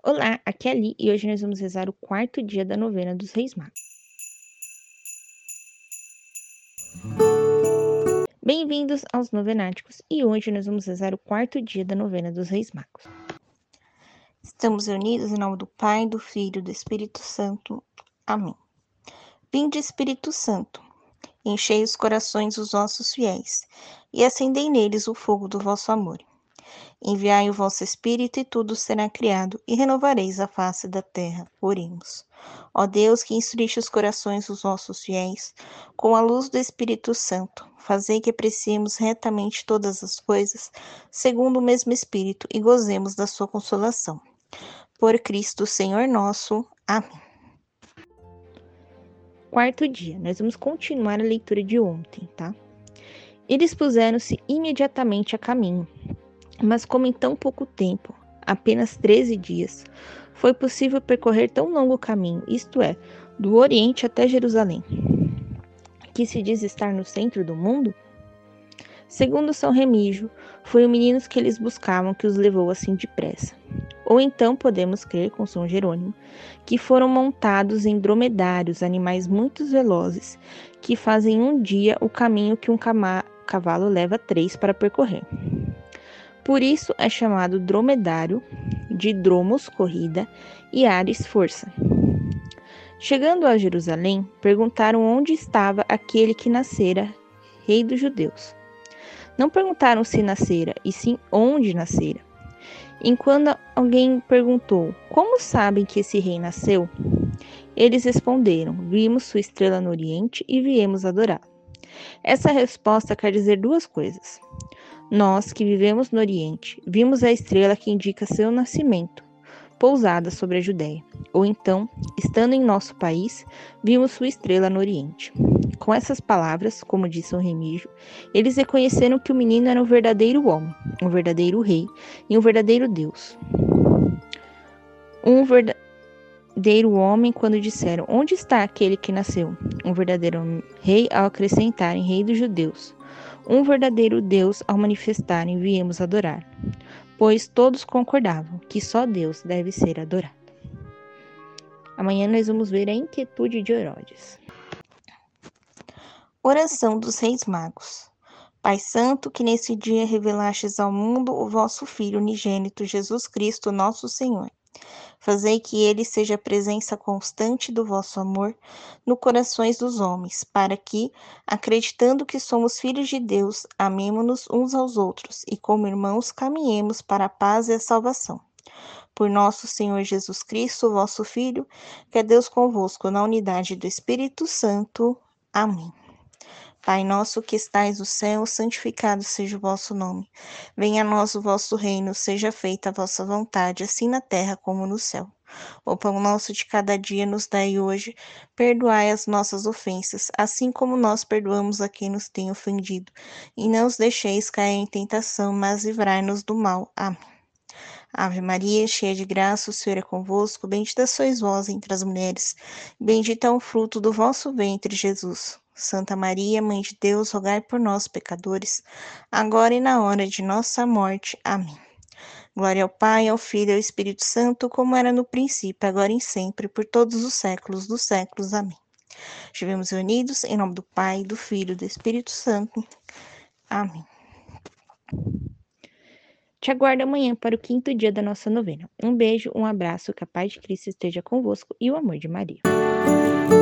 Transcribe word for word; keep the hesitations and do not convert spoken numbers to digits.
Olá, aqui é a Li e hoje nós vamos rezar o quarto dia da novena dos Reis Magos. Bem-vindos aos Novenáticos e hoje nós vamos rezar o quarto dia da novena dos Reis Magos. Estamos reunidos em nome do Pai, do Filho e do Espírito Santo. Amém. Vinde, Espírito Santo, enchei os corações dos vossos fiéis e acendei neles o fogo do vosso amor. Enviai o vosso Espírito e tudo será criado, e renovareis a face da terra. Oremos. Ó Deus, que instruiste os corações dos vossos fiéis, com a luz do Espírito Santo, fazei que apreciemos retamente todas as coisas, segundo o mesmo Espírito, e gozemos da sua consolação. Por Cristo, Senhor nosso. Amém. Quarto dia, nós vamos continuar a leitura de ontem, tá? Eles puseram-se imediatamente a caminho. Mas como em tão pouco tempo, apenas treze dias, foi possível percorrer tão longo caminho, isto é, do Oriente até Jerusalém, que se diz estar no centro do mundo? Segundo São Remígio, foi o menino que eles buscavam que os levou assim depressa. Ou então podemos crer, com São Jerônimo, que foram montados em dromedários, animais muito velozes, que fazem um dia o caminho que um cavalo leva três para percorrer. Por isso é chamado dromedário, de dromos, corrida, e ares, força. Chegando a Jerusalém, perguntaram onde estava aquele que nascera, rei dos judeus. Não perguntaram se nascera, e sim onde nascera. Enquanto alguém perguntou, como sabem que esse rei nasceu? Eles responderam, vimos sua estrela no Oriente e viemos adorá-lo. Essa resposta quer dizer duas coisas. Nós, que vivemos no Oriente, vimos a estrela que indica seu nascimento, pousada sobre a Judéia. Ou então, estando em nosso país, vimos sua estrela no Oriente. Com essas palavras, como disse São Remígio, eles reconheceram que o menino era um verdadeiro homem, um verdadeiro rei e um verdadeiro Deus. Um verdadeiro homem quando disseram, onde está aquele que nasceu? Um verdadeiro rei ao acrescentarem, rei dos judeus. Um verdadeiro Deus ao manifestarem, viemos adorar, pois todos concordavam que só Deus deve ser adorado. Amanhã nós vamos ver a inquietude de Herodes. Oração dos Reis Magos. Pai Santo, que nesse dia revelastes ao mundo o vosso Filho unigênito, Jesus Cristo, nosso Senhor. Fazei que ele seja a presença constante do vosso amor no corações dos homens, para que, acreditando que somos filhos de Deus, amemo-nos uns aos outros e, como irmãos, caminhemos para a paz e a salvação. Por nosso Senhor Jesus Cristo, vosso Filho, que é Deus convosco, na unidade do Espírito Santo. Amém. Pai nosso que estais no céu, santificado seja o vosso nome. Venha a nós o vosso reino, seja feita a vossa vontade, assim na terra como no céu. O pão nosso de cada dia nos dai hoje, perdoai as nossas ofensas, assim como nós perdoamos a quem nos tem ofendido. E não os deixeis cair em tentação, mas livrai-nos do mal. Amém. Ave Maria, cheia de graça, o Senhor é convosco, bendita sois vós entre as mulheres, bendito é o fruto do vosso ventre, Jesus. Santa Maria, Mãe de Deus, rogai por nós, pecadores, agora e na hora de nossa morte. Amém. Glória ao Pai, ao Filho e ao Espírito Santo, como era no princípio, agora e sempre, por todos os séculos dos séculos. Amém. Estivemos reunidos em nome do Pai, do Filho e do Espírito Santo. Amém. Te aguardo amanhã para o quinto dia da nossa novena. Um beijo, um abraço, que a paz de Cristo esteja convosco e o amor de Maria.